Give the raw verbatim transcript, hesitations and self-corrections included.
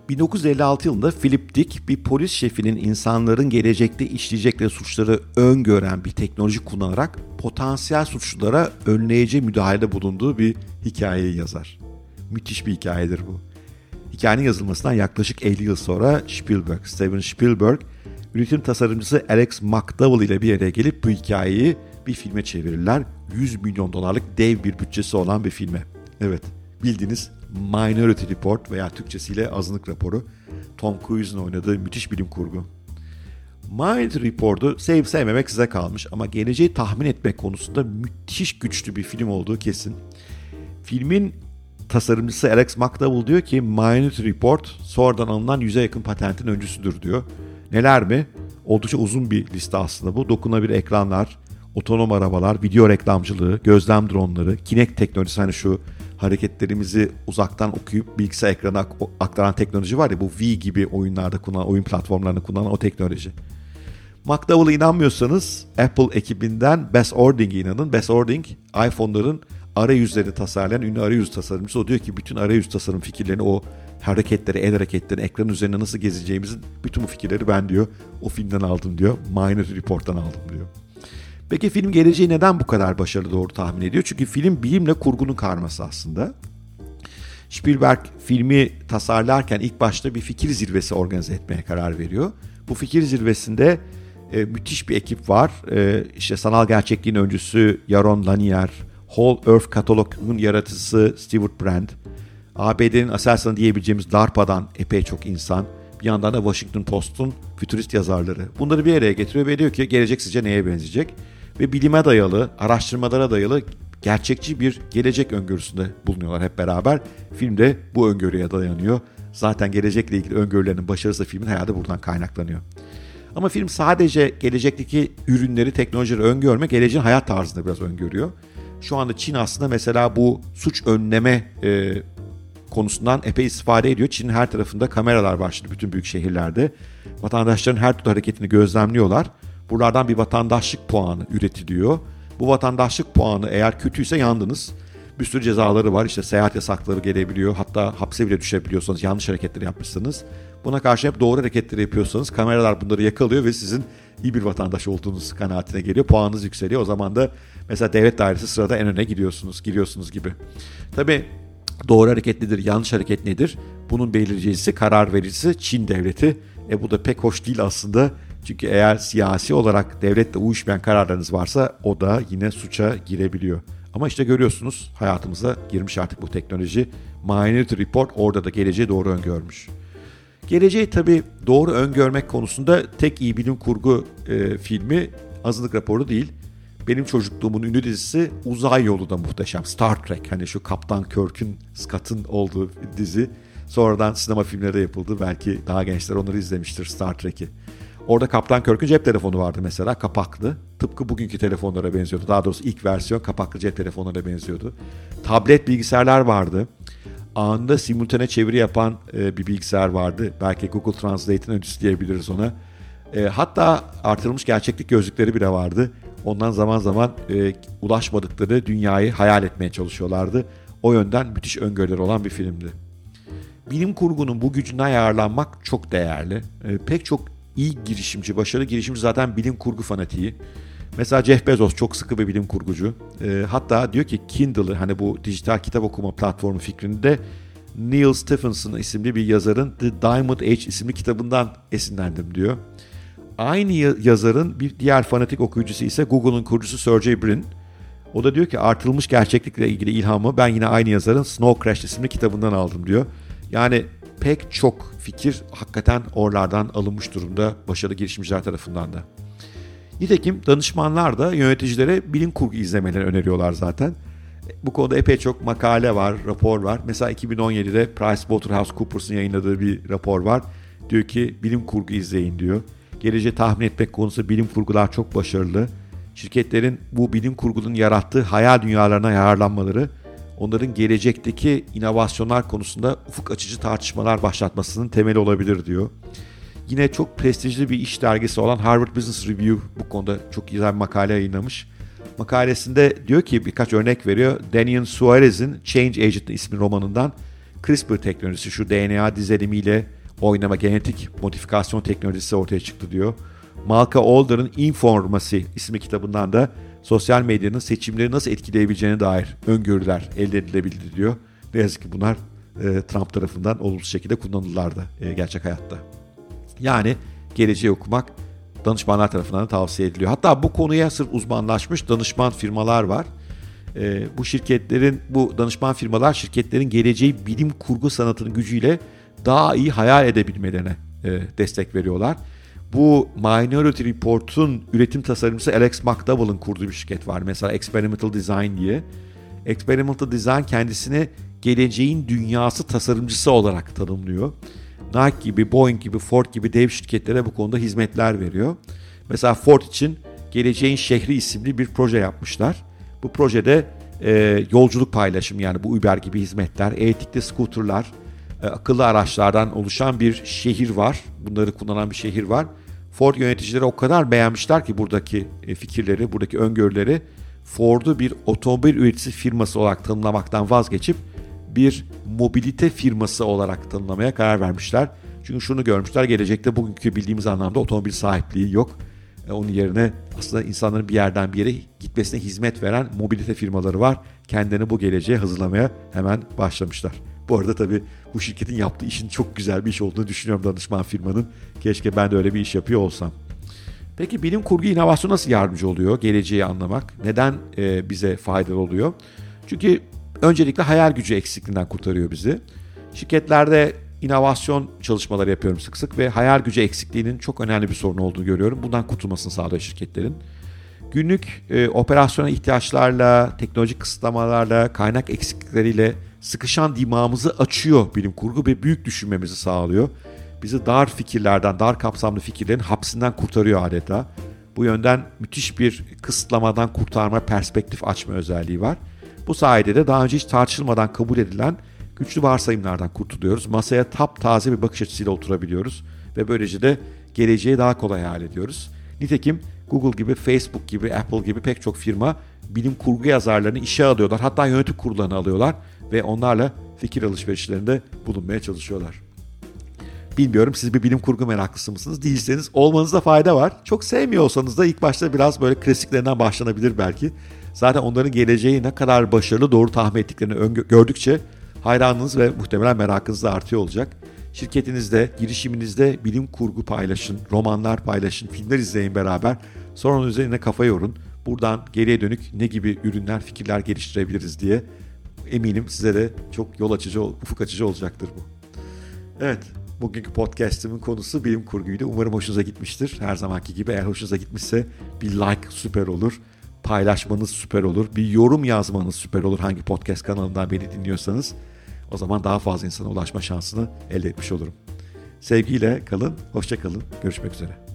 bin dokuz yüz elli altı yılında Philip Dick bir polis şefinin insanların gelecekte işleyecekleri suçları öngören bir teknoloji kullanarak potansiyel suçlulara önleyici müdahalede bulunduğu bir hikayeyi yazar. Müthiş bir hikayedir bu. Hikayenin yazılmasından yaklaşık elli yıl sonra Spielberg, Steven Spielberg, üretim tasarımcısı Alex McDowell ile bir araya gelip bu hikayeyi bir filme çevirirler. yüz milyon dolarlık dev bir bütçesi olan bir filme. Evet, bildiğiniz Minority Report veya Türkçesiyle Azınlık Raporu. Tom Cruise'un oynadığı müthiş bilim kurgu. Minority Report'u sevip sevmemek size kalmış ama geleceği tahmin etmek konusunda müthiş güçlü bir film olduğu kesin. Filmin tasarımcısı Alex McDowell diyor ki Minority Report sonradan alınan yüze yakın patentin öncüsüdür diyor. Neler mi? Oldukça uzun bir liste aslında bu. Dokunabilir ekranlar, otonom arabalar, video reklamcılığı, gözlem dronları, Kinect teknolojisi, hani şu hareketlerimizi uzaktan okuyup bilgisayar ekranına aktaran teknoloji var ya, bu V gibi oyunlarda kullanılan, oyun platformlarında kullanılan o teknoloji. McDowell'a inanmıyorsanız Apple ekibinden Buzz Ording'e inanın. Buzz Ording iPhone'ların arayüzlerini tasarlayan ünlü arayüz tasarımcısı. O diyor ki bütün arayüz tasarım fikirlerini, o hareketleri, el hareketlerini, ekran üzerine nasıl gezeceğimizin bütün bu fikirleri ben diyor o filmden aldım diyor. Minority Report'tan aldım diyor. Peki film geleceği neden bu kadar başarılı doğru tahmin ediyor? Çünkü film bilimle kurgunun karması aslında. Spielberg filmi tasarlarken ilk başta bir fikir zirvesi organize etmeye karar veriyor. Bu fikir zirvesinde e, müthiş bir ekip var. E, işte sanal gerçekliğin öncüsü Yaron Lanier, Whole Earth Catalog'un yaratıcısı Stewart Brand, A B D'nin Aselsan'ı diyebileceğimiz DARPA'dan epey çok insan, bir yandan da Washington Post'un fütürist yazarları. Bunları bir araya getiriyor ve diyor ki gelecek sizce neye benzeyecek? Ve bilime dayalı, araştırmalara dayalı gerçekçi bir gelecek öngörüsünde bulunuyorlar hep beraber. Film de bu öngörüye dayanıyor. Zaten gelecekle ilgili öngörülerinin başarısı da filmin herhalde buradan kaynaklanıyor. Ama film sadece gelecekteki ürünleri, teknolojileri öngörmek, geleceğin hayat tarzını biraz öngörüyor. Şu anda Çin aslında mesela bu suç önleme e, konusundan epey istifade ediyor. Çin'in her tarafında kameralar var şimdi bütün büyük şehirlerde. Vatandaşların her türlü hareketini gözlemliyorlar. Buralardan bir vatandaşlık puanı üretiliyor. Bu vatandaşlık puanı eğer kötüyse yandınız. Bir sürü cezaları var. İşte seyahat yasakları gelebiliyor. Hatta hapse bile düşebiliyorsanız, yanlış hareketleri yapmışsınız. Buna karşı hep doğru hareketleri yapıyorsanız kameralar bunları yakalıyor ve sizin iyi bir vatandaş olduğunuz kanaatine geliyor. Puanınız yükseliyor. O zaman da mesela devlet dairesi sırada en öne gidiyorsunuz, giriyorsunuz gibi. Tabii doğru hareket nedir, yanlış hareket nedir? Bunun belirleyicisi, karar vericisi Çin devleti. E bu da pek hoş değil aslında. Çünkü eğer siyasi olarak devletle uyuşmayan kararlarınız varsa o da yine suça girebiliyor. Ama işte görüyorsunuz hayatımıza girmiş artık bu teknoloji. Minority Report orada da geleceği doğru öngörmüş. Geleceği tabii doğru öngörmek konusunda tek iyi bilim kurgu e, filmi Azınlık Raporu değil. Benim çocukluğumun ünlü dizisi Uzay Yolu da muhteşem. Star Trek, hani şu Kaptan Kirk'ün, Scott'ın olduğu dizi. Sonradan sinema filmleri de yapıldı. Belki daha gençler onları izlemiştir, Star Trek'i. Orada Kaptan Kirk'ün cep telefonu vardı mesela, kapaklı. Tıpkı bugünkü telefonlara benziyordu. Daha doğrusu ilk versiyon kapaklı cep telefonlara benziyordu. Tablet bilgisayarlar vardı. Anında simultane çeviri yapan e, bir bilgisayar vardı. Belki Google Translate'in öncüsü diyebiliriz ona. E, hatta artırılmış gerçeklik gözlükleri bile vardı. Ondan zaman zaman e, ulaşmadıkları dünyayı hayal etmeye çalışıyorlardı. O yönden müthiş öngörüleri olan bir filmdi. Bilim kurgunun bu gücünden yararlanmak çok değerli. E, pek çok iyi girişimci, başarılı girişimci zaten bilim kurgu fanatiği. Mesela Jeff Bezos çok sıkı bir bilim kurgucu. E, hatta diyor ki Kindle'ı, hani bu dijital kitap okuma platformu fikrini de Neil Stephenson isimli bir yazarın The Diamond Age isimli kitabından esinlendim diyor. Aynı yazarın bir diğer fanatik okuyucusu ise Google'un kurucusu Sergey Brin. O da diyor ki artırılmış gerçeklikle ilgili ilhamı ben yine aynı yazarın Snow Crash isimli kitabından aldım diyor. Yani pek çok fikir hakikaten oralardan alınmış durumda başarılı girişimciler tarafından da. Nitekim danışmanlar da yöneticilere bilim kurgu izlemelerini öneriyorlar zaten. Bu konuda epey çok makale var, rapor var. Mesela iki bin on yedide PricewaterhouseCoopers'ın yayınladığı bir rapor var. Diyor ki bilim kurgu izleyin diyor. Geleceği tahmin etmek konusunda bilim kurgular çok başarılı. Şirketlerin bu bilim kurgunun yarattığı hayal dünyalarına yararlanmaları, onların gelecekteki inovasyonlar konusunda ufuk açıcı tartışmalar başlatmasının temeli olabilir diyor. Yine çok prestijli bir iş dergisi olan Harvard Business Review bu konuda çok güzel bir makale yayınlamış. Makalesinde diyor ki, birkaç örnek veriyor. Daniel Suarez'in Change Agent ismi romanından CRISPR teknolojisi, şu D N A dizilimiyle oynama, genetik modifikasyon teknolojisi ortaya çıktı diyor. Malka Alder'ın Informacy isimli kitabından da sosyal medyanın seçimleri nasıl etkileyebileceğine dair öngörüler elde edilebildi diyor. Ne yazık ki bunlar e, Trump tarafından olumsuz şekilde kullanılırlardı e, gerçek hayatta. Yani geleceği okumak danışmanlar tarafından da tavsiye ediliyor. Hatta bu konuya sırf uzmanlaşmış danışman firmalar var. E, bu şirketlerin, bu danışman firmalar şirketlerin geleceği bilim kurgu sanatının gücüyle daha iyi hayal edebilmelerine e, destek veriyorlar. Bu Minority Report'un üretim tasarımcısı Alex McDowell'ın kurduğu bir şirket var. Mesela Experimental Design diye. Experimental Design kendisini geleceğin dünyası tasarımcısı olarak tanımlıyor. Nike gibi, Boeing gibi, Ford gibi dev şirketlere bu konuda hizmetler veriyor. Mesela Ford için Geleceğin Şehri isimli bir proje yapmışlar. Bu projede e, yolculuk paylaşımı, yani bu Uber gibi hizmetler, elektrikli scooterlar, e, akıllı araçlardan oluşan bir şehir var. Bunları kullanan bir şehir var. Ford yöneticileri o kadar beğenmişler ki buradaki e, fikirleri, buradaki öngörüleri, Ford'u bir otomobil üreticisi firması olarak tanımlamaktan vazgeçip bir mobilite firması olarak tanımlamaya karar vermişler. Çünkü şunu görmüşler, gelecekte bugünkü bildiğimiz anlamda otomobil sahipliği yok. E, onun yerine aslında insanların bir yerden bir yere gitmesine hizmet veren mobilite firmaları var. Kendilerini bu geleceğe hazırlamaya hemen başlamışlar. Bu arada tabii bu şirketin yaptığı işin çok güzel bir iş olduğunu düşünüyorum, danışman firmanın. Keşke ben de öyle bir iş yapıyor olsam. Peki bilim kurgu inovasyona nasıl yardımcı oluyor geleceği anlamak? Neden e, bize faydalı oluyor? Çünkü öncelikle hayal gücü eksikliğinden kurtarıyor bizi. Şirketlerde inovasyon çalışmaları yapıyorum sık sık ve hayal gücü eksikliğinin çok önemli bir sorun olduğunu görüyorum. Bundan kurtulmasını sağlıyor şirketlerin. Günlük e, operasyonel ihtiyaçlarla, teknolojik kısıtlamalarla, kaynak eksiklikleriyle sıkışan dimağımızı açıyor bilim kurgu ve büyük düşünmemizi sağlıyor. Bizi dar fikirlerden, dar kapsamlı fikirlerin hapsinden kurtarıyor adeta. Bu yönden müthiş bir kısıtlamadan kurtarma, perspektif açma özelliği var. Bu sayede de daha önce hiç tartışılmadan kabul edilen güçlü varsayımlardan kurtuluyoruz. Masaya taptaze bir bakış açısıyla oturabiliyoruz ve böylece de geleceği daha kolay hayal ediyoruz. Nitekim Google gibi, Facebook gibi, Apple gibi pek çok firma bilim kurgu yazarlarını işe alıyorlar. Hatta yönetim kurullarını alıyorlar ve onlarla fikir alışverişlerinde bulunmaya çalışıyorlar. Bilmiyorum, siz bir bilim kurgu meraklısı mısınız? Değilseniz olmanızda fayda var. Çok sevmiyorsanız da ilk başta biraz böyle klasiklerinden başlanabilir belki. Zaten onların geleceği ne kadar başarılı, doğru tahmin ettiklerini öngö- gördükçe hayranınız ve muhtemelen merakınız da artıyor olacak. Şirketinizde, girişiminizde bilim kurgu paylaşın, romanlar paylaşın, filmler izleyin beraber. Sonra onun üzerine kafa yorun. Buradan geriye dönük ne gibi ürünler, fikirler geliştirebiliriz diye eminim size de çok yol açıcı, ufuk açıcı olacaktır bu. Evet, bugünkü podcast'imin konusu bilim kurguydu. Umarım hoşunuza gitmiştir. Her zamanki gibi eğer hoşunuza gitmişse bir like süper olur. Paylaşmanız süper olur. Bir yorum yazmanız süper olur hangi podcast kanalından beni dinliyorsanız. O zaman daha fazla insana ulaşma şansını elde etmiş olurum. Sevgiyle kalın, hoşça kalın. Görüşmek üzere.